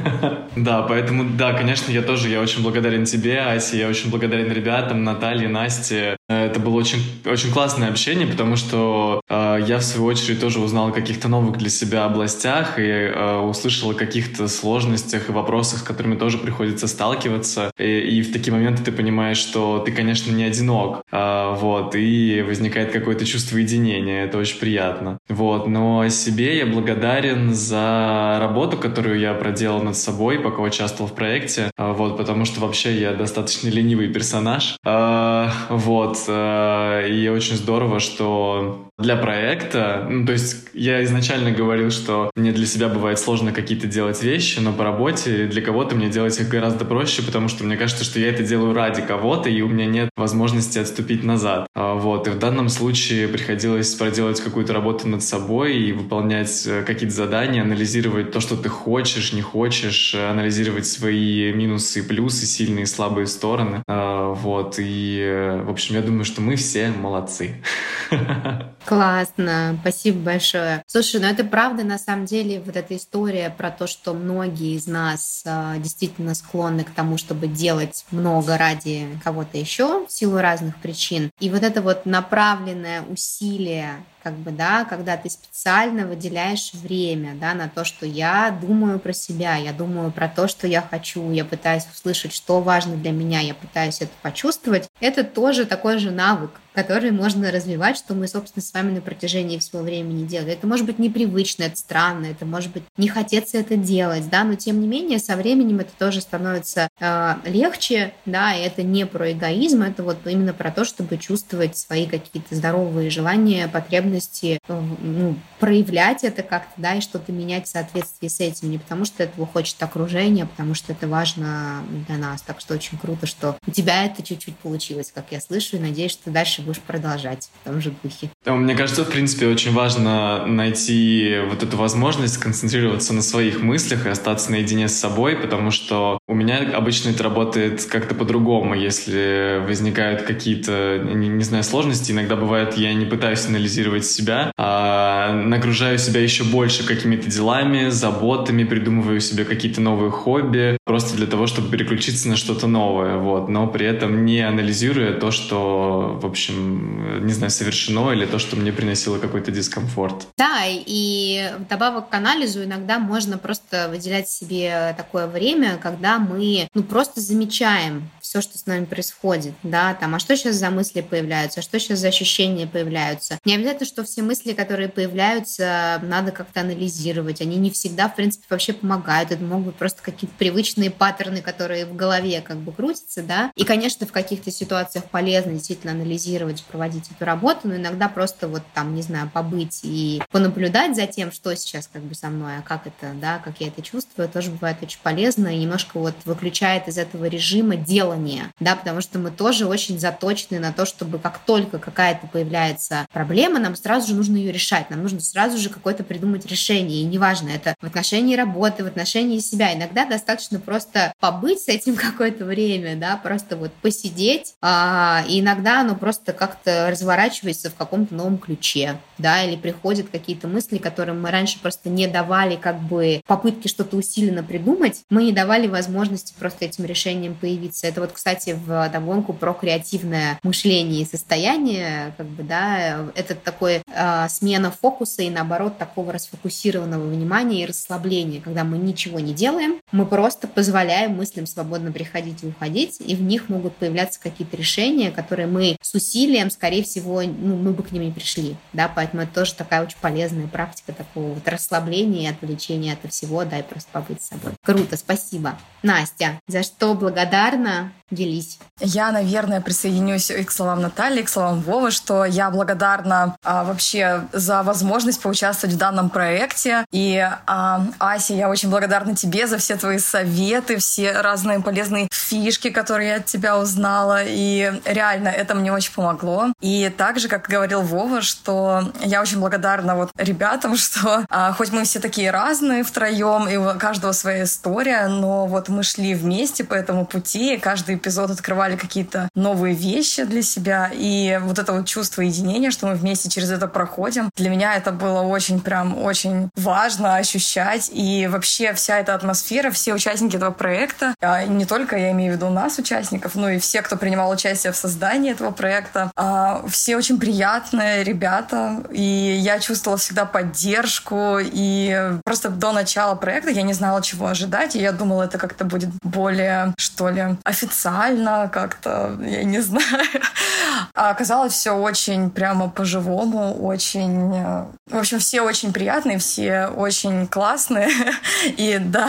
Да, поэтому, да, конечно, я тоже, я очень благодарен тебе, Ася, я очень благодарен ребятам, Наталье, Насте. Это было очень, очень классное общение, потому что э, я, в свою очередь, тоже узнал о каких-то новых для себя областях и э, услышал о каких-то сложностях и вопросах, с которыми тоже приходится сталкиваться, и, и в такие моменты ты понимаешь, что ты, конечно, не одинок, э, вот, и возникает какое-то чувство единения, это очень приятно, вот, но себе я благодарен за работу, которую я проделал над собой, пока участвовал в проекте, э, вот, потому что вообще я достаточно ленивый персонаж, э, вот, э, и очень здорово, что для проекта, ну, то есть я изначально говорил, что мне для себя бывает сложно какие-то делать вещи, но по работе для кого-то мне делать их гораздо проще, потому что мне кажется, что я это делаю ради кого-то, и у меня нет возможности отступить назад. Вот. И в данном случае приходилось проделать какую-то работу над собой и выполнять какие-то задания, анализировать то, что ты хочешь, не хочешь, анализировать свои минусы и плюсы, сильные и слабые стороны. Вот. И, в общем, я думаю, что мы все молодцы. Классно, спасибо большое. Слушай, ну это правда, на самом деле, вот эта история про то, что многие из нас э, действительно склонны к тому, чтобы делать много ради кого-то еще в силу разных причин. И вот это вот направленное усилие, как бы, да, когда ты специально выделяешь время, да, на то, что я думаю про себя, я думаю про то, что я хочу, я пытаюсь услышать, что важно для меня, я пытаюсь это почувствовать, это тоже такой же навык, который можно развивать, что мы, собственно, с вами на протяжении всего времени делали. Это может быть непривычно, это странно, это может быть не хотеться это делать, да, но тем не менее со временем это тоже становится э, легче, да, и это не про эгоизм, это вот именно про то, чтобы чувствовать свои какие-то здоровые желания, потребности, ну, проявлять это как-то, да, и что-то менять в соответствии с этим, не потому что этого хочет окружение, а потому что это важно для нас. Так что очень круто, что у тебя это чуть-чуть получилось, как я слышу, и надеюсь, что дальше будешь продолжать в том же духе. Мне кажется, в принципе, очень важно найти вот эту возможность сконцентрироваться на своих мыслях и остаться наедине с собой, потому что у меня обычно это работает как-то по-другому. Если возникают какие-то, не, не знаю, сложности, иногда бывает, я не пытаюсь анализировать себя, а нагружаю себя еще больше какими-то делами, заботами, придумываю себе какие-то новые хобби, просто для того, чтобы переключиться на что-то новое, вот, но при этом не анализируя то, что, в общем, не знаю, совершено, или то, что мне приносило какой-то дискомфорт. Да, и вдобавок к анализу иногда можно просто выделять себе такое время, когда мы, ну, просто замечаем все, что с нами происходит, да, там, а что сейчас за мысли появляются, а что сейчас за ощущения появляются. Не обязательно, что все мысли, которые появляются, надо как-то анализировать. Они не всегда, в принципе, вообще помогают. Это могут быть просто какие-то привычные паттерны, которые в голове как бы крутятся, да. И, конечно, в каких-то ситуациях полезно действительно анализировать, проводить эту работу, но иногда просто просто вот там, не знаю, побыть и понаблюдать за тем, что сейчас как бы со мной, а как это, да, как я это чувствую, тоже бывает очень полезно и немножко вот выключает из этого режима делания, да, потому что мы тоже очень заточены на то, чтобы как только какая-то появляется проблема, нам сразу же нужно ее решать, нам нужно сразу же какое-то придумать решение, и неважно, это в отношении работы, в отношении себя, иногда достаточно просто побыть с этим какое-то время, да, просто вот посидеть, а, и иногда оно просто как-то разворачивается в каком-то новом ключе, да, или приходят какие-то мысли, которым мы раньше просто не давали как бы попытки что-то усиленно придумать, мы не давали возможности просто этим решением появиться. Это вот, кстати, в догонку про креативное мышление и состояние, как бы, да, это такой э, смена фокуса и, наоборот, такого расфокусированного внимания и расслабления, когда мы ничего не делаем, мы просто позволяем мыслям свободно приходить и уходить, и в них могут появляться какие-то решения, которые мы с усилием, скорее всего, ну, мы бы к ним не пришли, да, поэтому это тоже такая очень полезная практика такого вот расслабления и отвлечения от всего, да, и просто побыть с собой. Круто, спасибо. Настя, за что благодарна? Делись. Я, наверное, присоединюсь и к словам Натальи, и к словам Вовы, что я благодарна а, вообще за возможность поучаствовать в данном проекте. И, а, Ася, я очень благодарна тебе за все твои советы, все разные полезные фишки, которые я от тебя узнала. И реально это мне очень помогло. И также, как говорил Вова, что я очень благодарна вот ребятам, что а, хоть мы все такие разные втроем, и у каждого своя история, но вот мы шли вместе по этому пути, и каждый эпизод открывали какие-то новые вещи для себя, и вот это вот чувство единения, что мы вместе через это проходим, для меня это было очень прям очень важно ощущать, и вообще вся эта атмосфера, все участники этого проекта, а не только я имею в виду нас, участников, но и все, кто принимал участие в создании этого проекта, все очень приятные ребята, и я чувствовала всегда поддержку, и просто до начала проекта я не знала, чего ожидать, и я думала, это как-то будет более, что ли, официально, как-то, я не знаю. А оказалось все очень прямо по-живому, очень... В общем, все очень приятные, все очень классные. И да,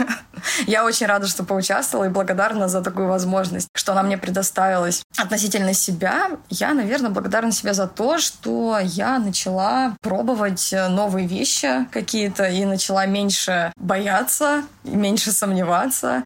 я очень рада, что поучаствовала и благодарна за такую возможность, что она мне предоставилась. Относительно себя, я, наверное, благодарна себе за то, что я начала пробовать новые вещи какие-то и начала меньше бояться, меньше сомневаться,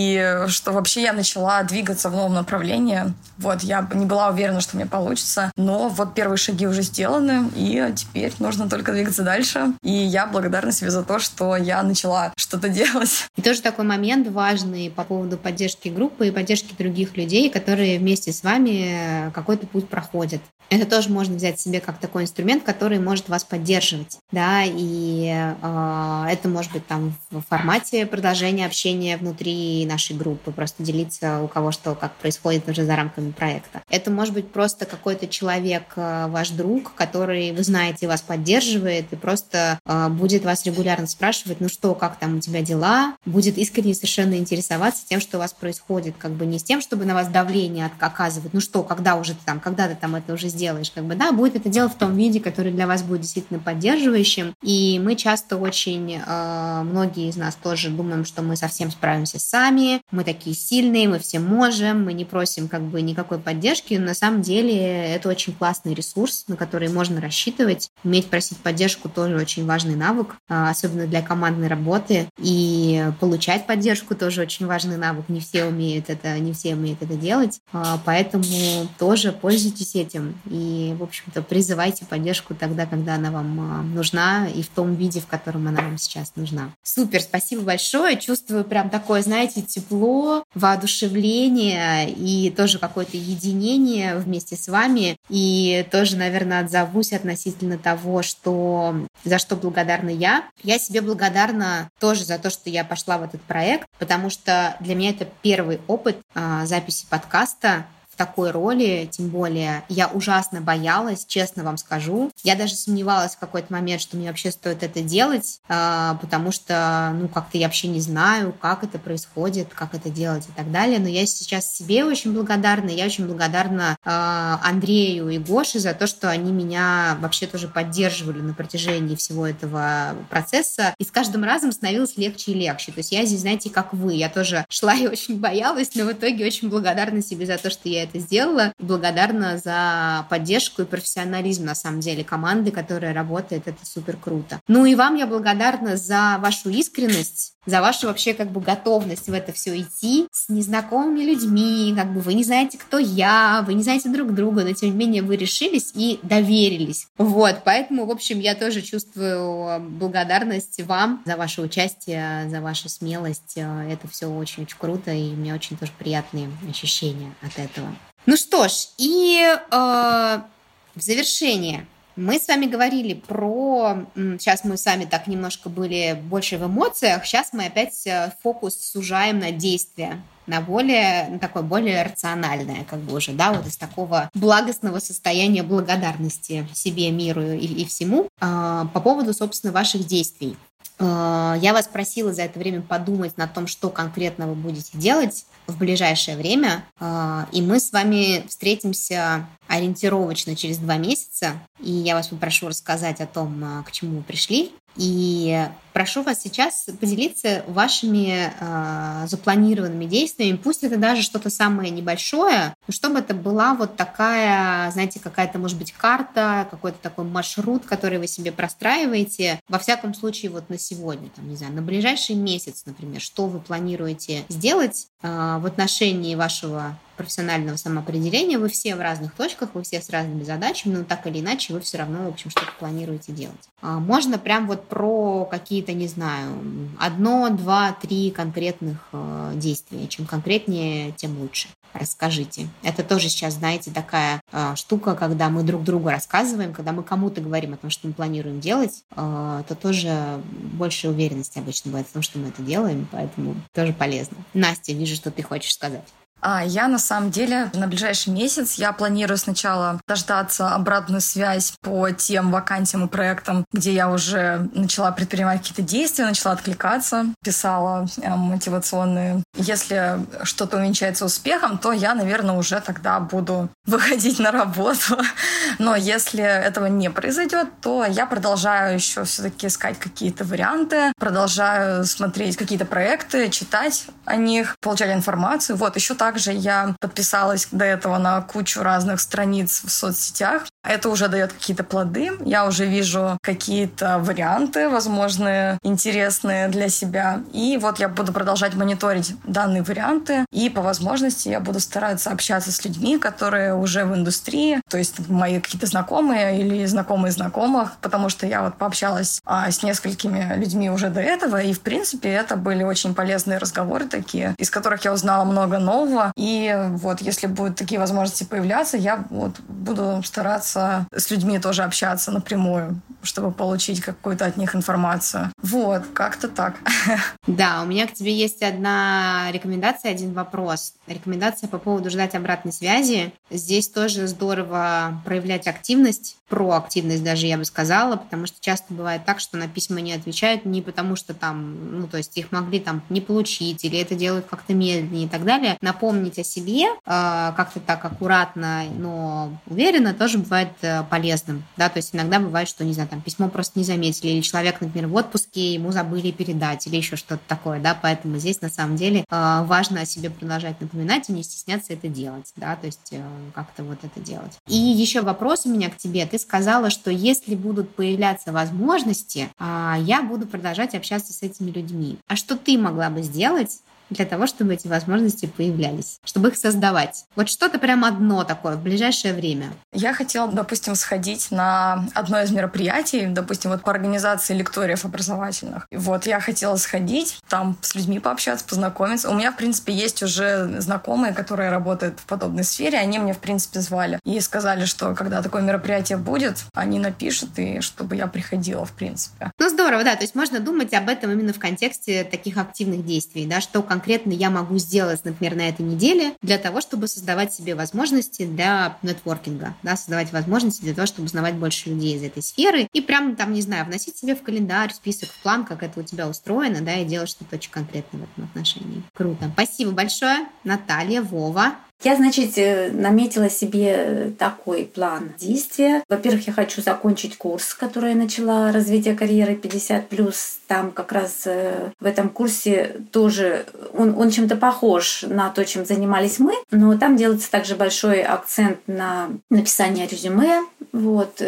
и что вообще я начала двигаться в новом направлении. Вот, я не была уверена, что мне получится, но вот первые шаги уже сделаны, и теперь нужно только двигаться дальше. И я благодарна себе за то, что я начала что-то делать. И тоже такой момент важный по поводу поддержки группы и поддержки других людей, которые вместе с вами какой-то путь проходят. Это тоже можно взять себе как такой инструмент, который может вас поддерживать, да, и э, это может быть там в формате продолжения общения внутри нашей группы, просто делиться у кого что, как происходит уже за рамками проекта. Это может быть просто какой-то человек, ваш друг, который, вы знаете, вас поддерживает и просто э, будет вас регулярно спрашивать, ну что, как там у тебя дела, будет искренне совершенно интересоваться тем, что у вас происходит, как бы не с тем, чтобы на вас давление оказывать, ну что, когда уже ты там, когда ты там это уже сделаешь, как бы, да, будет это дело в том виде, который для вас будет действительно поддерживающим. И мы часто очень, э, многие из нас тоже думаем, что мы совсем справимся сами, мы такие сильные, мы все можем, мы не просим как бы никакой поддержки, но на самом деле это очень классный ресурс, на который можно рассчитывать. Уметь просить поддержку тоже очень важный навык, э, особенно для командной работы, и получать поддержку тоже очень важный навык. Не все умеют это, не все умеют это делать, э, поэтому тоже пользуйтесь этим. И, в общем-то, призывайте поддержку тогда, когда она вам нужна, и в том виде, в котором она вам сейчас нужна. Супер, спасибо большое. Чувствую прям такое, знаете, тепло, воодушевление и тоже какое-то единение вместе с вами. И тоже, наверное, отзовусь относительно того, что за что благодарна я. Я себе благодарна тоже за то, что я пошла в этот проект, потому что для меня это первый опыт а, записи подкаста такой роли, тем более я ужасно боялась, честно вам скажу. Я даже сомневалась в какой-то момент, что мне вообще стоит это делать, потому что, ну, как-то я вообще не знаю, как это происходит, как это делать и так далее. Но я сейчас себе очень благодарна, я очень благодарна Андрею и Гоше за то, что они меня вообще тоже поддерживали на протяжении всего этого процесса. И с каждым разом становилось легче и легче. То есть я здесь, знаете, как вы. Я тоже шла и очень боялась, но в итоге очень благодарна себе за то, что я это сделала. Благодарна за поддержку и профессионализм, на самом деле, команды, которая работает. Это супер круто. Ну и вам я благодарна за вашу искренность, за вашу вообще как бы готовность в это все идти с незнакомыми людьми, как бы вы не знаете, кто я, вы не знаете друг друга, но тем не менее вы решились и доверились. Вот, поэтому, в общем, я тоже чувствую благодарность вам за ваше участие, за вашу смелость. Это все очень-очень круто, и мне очень тоже приятные ощущения от этого. Ну что ж, и э, в завершение мы с вами говорили про... Сейчас мы с вами так немножко были больше в эмоциях, сейчас мы опять фокус сужаем на действия, на более, на такое более рациональное, как бы уже, да, вот из такого благостного состояния благодарности себе, миру и, и всему э, по поводу, собственно, ваших действий. Э, я вас просила за это время подумать над том, что конкретно вы будете делать в ближайшее время, э, и мы с вами встретимся ориентировочно через два месяца, и я вас попрошу рассказать о том, к чему вы пришли. И прошу вас сейчас поделиться вашими э, запланированными действиями. Пусть это даже что-то самое небольшое, но чтобы это была вот такая, знаете, какая-то, может быть, карта, какой-то такой маршрут, который вы себе простраиваете. Во всяком случае, вот на сегодня, там, не знаю, на ближайший месяц, например, что вы планируете сделать э, в отношении вашего профессионального самоопределения. Вы все в разных точках, вы все с разными задачами, но так или иначе вы все равно, в общем, что-то планируете делать. Можно прям вот про какие-то, не знаю, одно, два, три конкретных действия. Чем конкретнее, тем лучше. Расскажите. Это тоже сейчас, знаете, такая штука, когда мы друг другу рассказываем, когда мы кому-то говорим о том, что мы планируем делать, то тоже больше уверенности обычно бывает в том, что мы это делаем, поэтому тоже полезно. Настя, вижу, что ты хочешь сказать. А я на самом деле на ближайший месяц я планирую сначала дождаться обратную связь по тем вакансиям и проектам, где я уже начала предпринимать какие-то действия, начала откликаться, писала э, мотивационные. Если что-то увенчается успехом, то я, наверное, уже тогда буду выходить на работу. Но если этого не произойдет, то я продолжаю еще все-таки искать какие-то варианты, продолжаю смотреть какие-то проекты, читать о них, получать информацию. Вот, еще так Также я подписалась до этого на кучу разных страниц в соцсетях. Это уже дает какие-то плоды. Я уже вижу какие-то варианты, возможные, интересные для себя. И вот я буду продолжать мониторить данные варианты. И по возможности я буду стараться общаться с людьми, которые уже в индустрии, то есть мои какие-то знакомые или знакомые знакомых, потому что я вот пообщалась а, с несколькими людьми уже до этого. И, в принципе, это были очень полезные разговоры такие, из которых я узнала много нового. И вот если будут такие возможности появляться, я вот буду стараться с людьми тоже общаться напрямую, чтобы получить какую-то от них информацию. Вот, как-то так. Да, у меня к тебе есть одна рекомендация, один вопрос. Рекомендация по поводу ждать обратной связи. Здесь тоже здорово проявлять активность, проактивность даже, я бы сказала, потому что часто бывает так, что на письма не отвечают не потому, что там, ну, то есть их могли там не получить, или это делают как-то медленнее и так далее. Напомнить о себе э, как-то так аккуратно, но уверенно тоже бывает э, полезным, да, то есть иногда бывает, что, не знаю, там письмо просто не заметили, или человек, например, в отпуске, ему забыли передать, или еще что-то такое, да, поэтому здесь на самом деле э, важно о себе продолжать напоминать и не стесняться это делать, да, то есть э, как-то вот это делать. И еще вопрос у меня к тебе. Ты сказала, что если будут появляться возможности, э, я буду продолжать общаться с этими людьми. А что ты могла бы сделать для того, чтобы эти возможности появлялись, чтобы их создавать? Вот что-то прям одно такое в ближайшее время. Я хотела, допустим, сходить на одно из мероприятий, допустим, вот по организации лекториев образовательных. Вот я хотела сходить, там с людьми пообщаться, познакомиться. У меня, в принципе, есть уже знакомые, которые работают в подобной сфере, они мне, в принципе, звали и сказали, что когда такое мероприятие будет, они напишут, и чтобы я приходила, в принципе. Ну, здорово, да, то есть можно думать об этом именно в контексте таких активных действий, да, что конкретно я могу сделать, например, на этой неделе для того, чтобы создавать себе возможности для нетворкинга, да, создавать возможности для того, чтобы узнавать больше людей из этой сферы и прям там, не знаю, вносить себе в календарь, в список, в план, как это у тебя устроено, да, и делать что-то очень конкретное в этом отношении. Круто. Спасибо большое, Наталья, Вова. Я, значит, наметила себе такой план действия. Во-первых, я хочу закончить курс, который я начала, развитие карьеры пятьдесят плюс. Там как раз в этом курсе тоже он, он чем-то похож на то, чем занимались мы, но там делается также большой акцент на написание резюме, вот,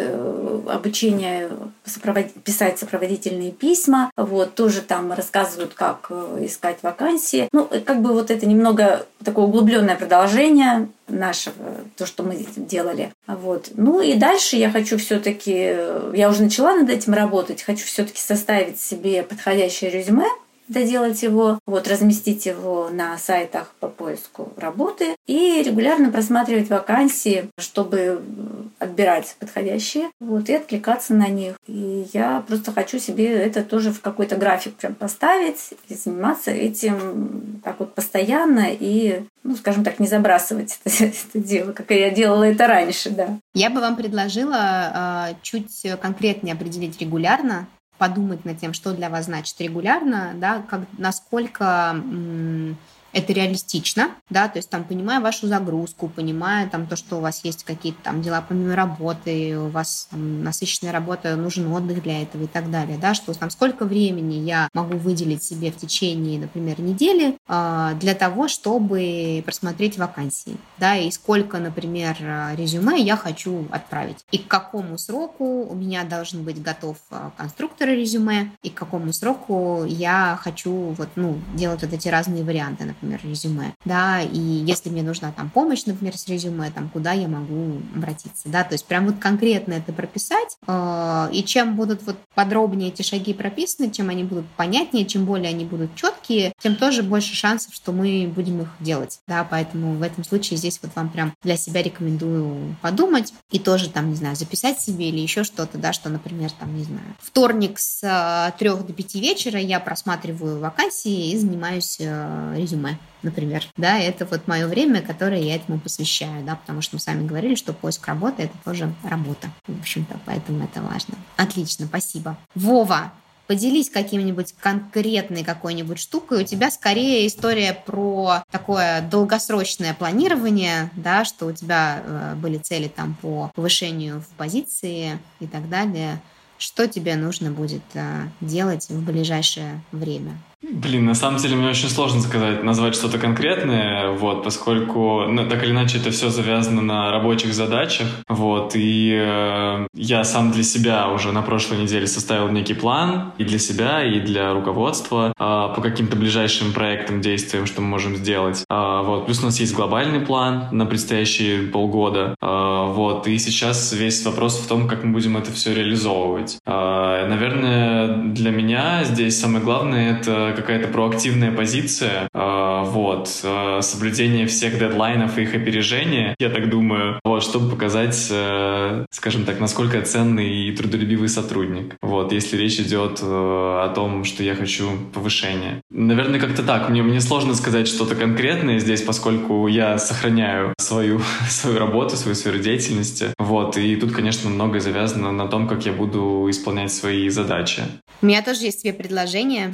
обучение сопровод... писать сопроводительные письма, вот, тоже там рассказывают, как искать вакансии. Ну, как бы вот это немного такое углубленное продолжение нашего, то, что мы делали. Вот. Ну и дальше я хочу все-таки, я уже начала над этим работать, хочу все-таки составить себе подходящее резюме, доделать его, вот, разместить его на сайтах по поиску работы и регулярно просматривать вакансии, чтобы отбирать подходящие, вот, и откликаться на них. И я просто хочу себе это тоже в какой-то график прям поставить и заниматься этим так вот постоянно и, ну, скажем так, не забрасывать это, это дело, как я делала это раньше, да. Я бы вам предложила э, чуть конкретнее определить регулярно, подумать над тем, что для вас значит регулярно, да, как, насколько м- это реалистично, да, то есть там, понимая вашу загрузку, понимая там то, что у вас есть какие-то там дела помимо работы, у вас там насыщенная работа, нужен отдых для этого и так далее, да, что там сколько времени я могу выделить себе в течение, например, недели э, для того, чтобы просмотреть вакансии, да, и сколько, например, резюме я хочу отправить, и к какому сроку у меня должен быть готов конструктор резюме, и к какому сроку я хочу вот, ну, делать вот эти разные варианты, например, например, резюме, да, и если мне нужна там помощь, например, с резюме, там, куда я могу обратиться, да, то есть прям вот конкретно это прописать, э, и чем будут вот подробнее эти шаги прописаны, чем они будут понятнее, чем более они будут четкие, тем тоже больше шансов, что мы будем их делать, да, поэтому в этом случае здесь вот вам прям для себя рекомендую подумать и тоже там, не знаю, записать себе или еще что-то, да, что, например, там, не знаю, вторник с трех до пяти вечера я просматриваю вакансии и занимаюсь э, резюме, например, да, это вот мое время, которое я этому посвящаю, да, потому что мы сами говорили, что поиск работы — это тоже работа, в общем-то, поэтому это важно. Отлично, спасибо. Вова, поделись каким-нибудь конкретной какой-нибудь штукой. У тебя скорее история про такое долгосрочное планирование, да, что у тебя э, были цели там по повышению в позиции и так далее. Что тебе нужно будет э, делать в ближайшее время? Блин, на самом деле мне очень сложно сказать, назвать что-то конкретное, вот, поскольку, ну, так или иначе это все завязано на рабочих задачах, вот, и э, я сам для себя уже на прошлой неделе составил некий план и для себя, и для руководства э, по каким-то ближайшим проектам, действиям, что мы можем сделать, э, вот, плюс у нас есть глобальный план на предстоящие полгода, э, вот, и сейчас весь вопрос в том, как мы будем это все реализовывать. Э, наверное, для меня здесь самое главное — это какая-то проактивная позиция, э, вот, э, соблюдение всех дедлайнов и их опережение, я так думаю, вот, чтобы показать, э, скажем так, насколько ценный и трудолюбивый сотрудник, вот, если речь идет э, о том, что я хочу повышения. Наверное, как-то так. Мне, мне сложно сказать что-то конкретное здесь, поскольку я сохраняю свою, свою работу, свою сферу деятельности, вот, и тут, конечно, многое завязано на том, как я буду исполнять свои задачи. У меня тоже есть тебе предложение.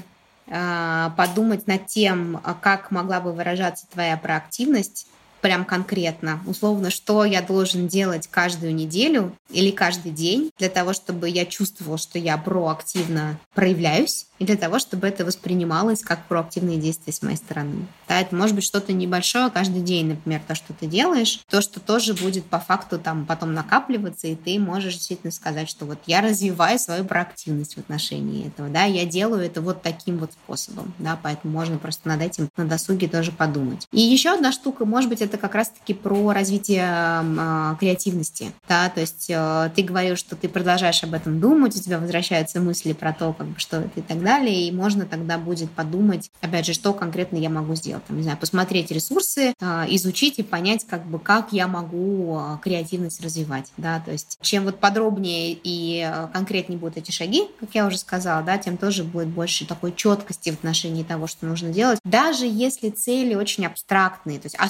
Подумать над тем, как могла бы выражаться твоя проактивность, прям конкретно, условно, что я должен делать каждую неделю или каждый день для того, чтобы я чувствовала, что я проактивно проявляюсь, и для того, чтобы это воспринималось как проактивные действия с моей стороны. Да, это может быть что-то небольшое каждый день, например, то, что ты делаешь, то, что тоже будет по факту там потом накапливаться, и ты можешь действительно сказать, что вот я развиваю свою проактивность в отношении этого, да, я делаю это вот таким вот способом, да, поэтому можно просто над этим на досуге тоже подумать. И еще одна штука, может быть, это как раз-таки про развитие э, креативности, да, то есть э, ты говоришь, что ты продолжаешь об этом думать, у тебя возвращаются мысли про то, как бы, что это и так далее, далее, и можно тогда будет подумать, опять же, что конкретно я могу сделать. Там, не знаю, посмотреть ресурсы, изучить и понять, как бы, как я могу креативность развивать. Да? То есть, чем вот подробнее и конкретнее будут эти шаги, как я уже сказала, да, тем тоже будет больше такой четкости в отношении того, что нужно делать. Даже если цели очень абстрактные, то есть особенно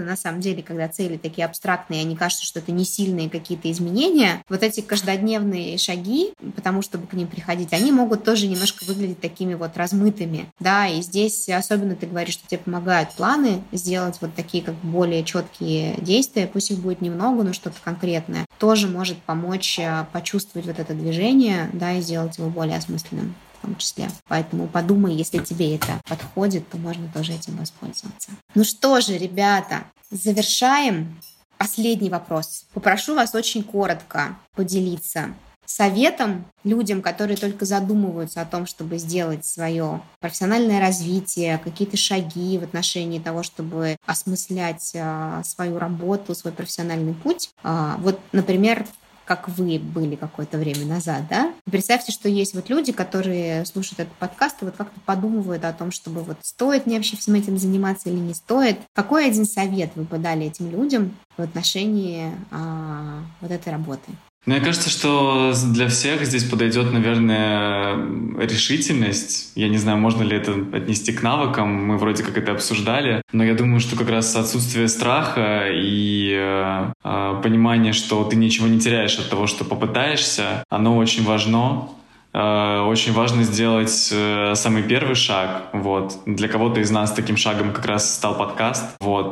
на самом деле, когда цели такие абстрактные, они кажутся, что это не сильные какие-то изменения, вот эти каждодневные шаги, потому чтобы к ним приходить, они могут тоже немножко выглядеть такими вот размытыми, да, и здесь особенно ты говоришь, что тебе помогают планы сделать вот такие как более четкие действия, пусть их будет немного, но что-то конкретное, тоже может помочь почувствовать вот это движение, да, и сделать его более осмысленным в том числе. Поэтому подумай, если тебе это подходит, то можно тоже этим воспользоваться. Ну что же, ребята, завершаем. Последний вопрос. Попрошу вас очень коротко поделиться советом людям, которые только задумываются о том, чтобы сделать свое профессиональное развитие, какие-то шаги в отношении того, чтобы осмыслять а, свою работу, свой профессиональный путь. А, вот, например, как вы были какое-то время назад, да? Представьте, что есть вот люди, которые слушают этот подкаст и вот как-то подумывают о том, чтобы вот стоит мне вообще всем этим заниматься или не стоит. Какой один совет вы бы дали этим людям в отношении а, вот этой работы? Мне кажется, что для всех здесь подойдет, наверное, решительность. Я не знаю, можно ли это отнести к навыкам, мы вроде как это обсуждали, но я думаю, что как раз отсутствие страха и э, э, понимание, что ты ничего не теряешь от того, что попытаешься, оно очень важно. Очень важно сделать самый первый шаг. Вот. Для кого-то из нас таким шагом как раз стал подкаст. Вот.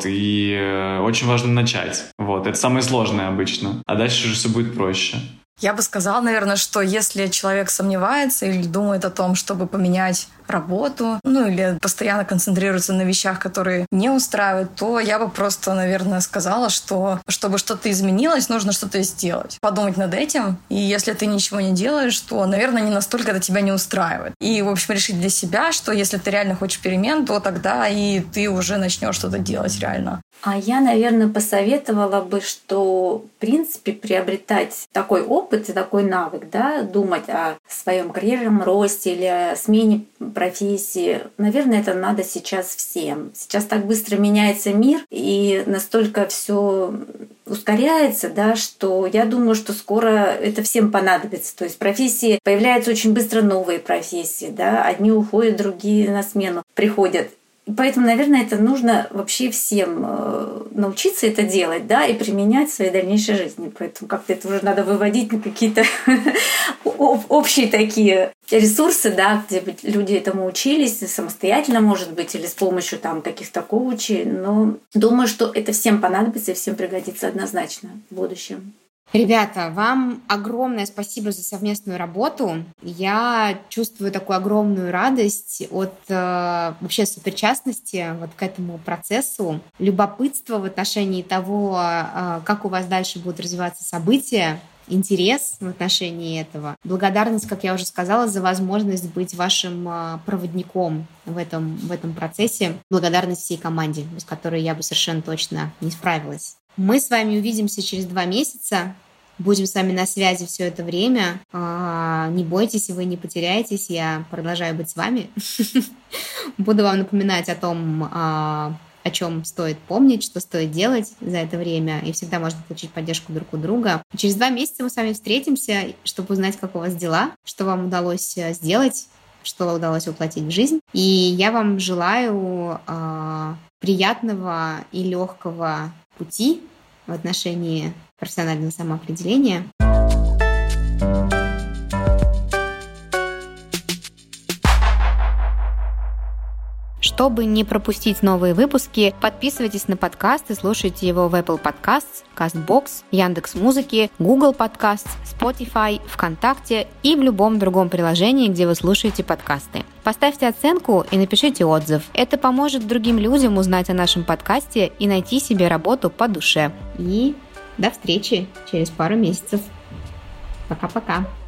И очень важно начать. Вот. Это самое сложное обычно. А дальше уже все будет проще. Я бы сказала, наверное, что если человек сомневается или думает о том, чтобы поменять работу, ну или постоянно концентрируется на вещах, которые не устраивают, то я бы просто, наверное, сказала, что чтобы что-то изменилось, нужно что-то сделать. Подумать над этим, и если ты ничего не делаешь, то, наверное, не настолько это тебя не устраивает. И, в общем, решить для себя, что если ты реально хочешь перемен, то тогда и ты уже начнешь что-то делать реально. А я, наверное, посоветовала бы, что, в принципе, приобретать такой опыт и такой навык, да, думать о своем карьерном росте или о смене профессии, наверное, это надо сейчас всем. Сейчас так быстро меняется мир, и настолько все ускоряется, да, что я думаю, что скоро это всем понадобится. То есть профессии, появляются очень быстро новые профессии, да, одни уходят, другие на смену приходят. Поэтому, наверное, это нужно вообще всем научиться это делать, да, и применять в своей дальнейшей жизни. Поэтому как-то это уже надо выводить на какие-то общие такие ресурсы, да, где люди этому учились самостоятельно, может быть, или с помощью там каких-то коучей. Но думаю, что это всем понадобится и всем пригодится однозначно в будущем. Ребята, вам огромное спасибо за совместную работу. Я чувствую такую огромную радость от э, вообще сопричастности вот к этому процессу, любопытство в отношении того, э, как у вас дальше будут развиваться события, интерес в отношении этого. Благодарность, как я уже сказала, за возможность быть вашим э, проводником в этом, в этом процессе. Благодарность всей команде, без которой я бы совершенно точно не справилась. Мы с вами увидимся через два месяца. Будем с вами на связи все это время. Не бойтесь, вы не потеряетесь. Я продолжаю быть с вами. Буду вам напоминать о том, о чем стоит помнить, что стоит делать за это время. И всегда можно получить поддержку друг у друга. Через два месяца мы с вами встретимся, чтобы узнать, как у вас дела, что вам удалось сделать, что удалось воплотить в жизнь. И я вам желаю приятного и легкого пути в отношении профессионального самоопределения. Чтобы не пропустить новые выпуски, подписывайтесь на подкаст и слушайте его в Apple Podcasts, CastBox, Яндекс.Музыке, Google Podcasts, Spotify, ВКонтакте и в любом другом приложении, где вы слушаете подкасты. Поставьте оценку и напишите отзыв. Это поможет другим людям узнать о нашем подкасте и найти себе работу по душе. И до встречи через пару месяцев. Пока-пока.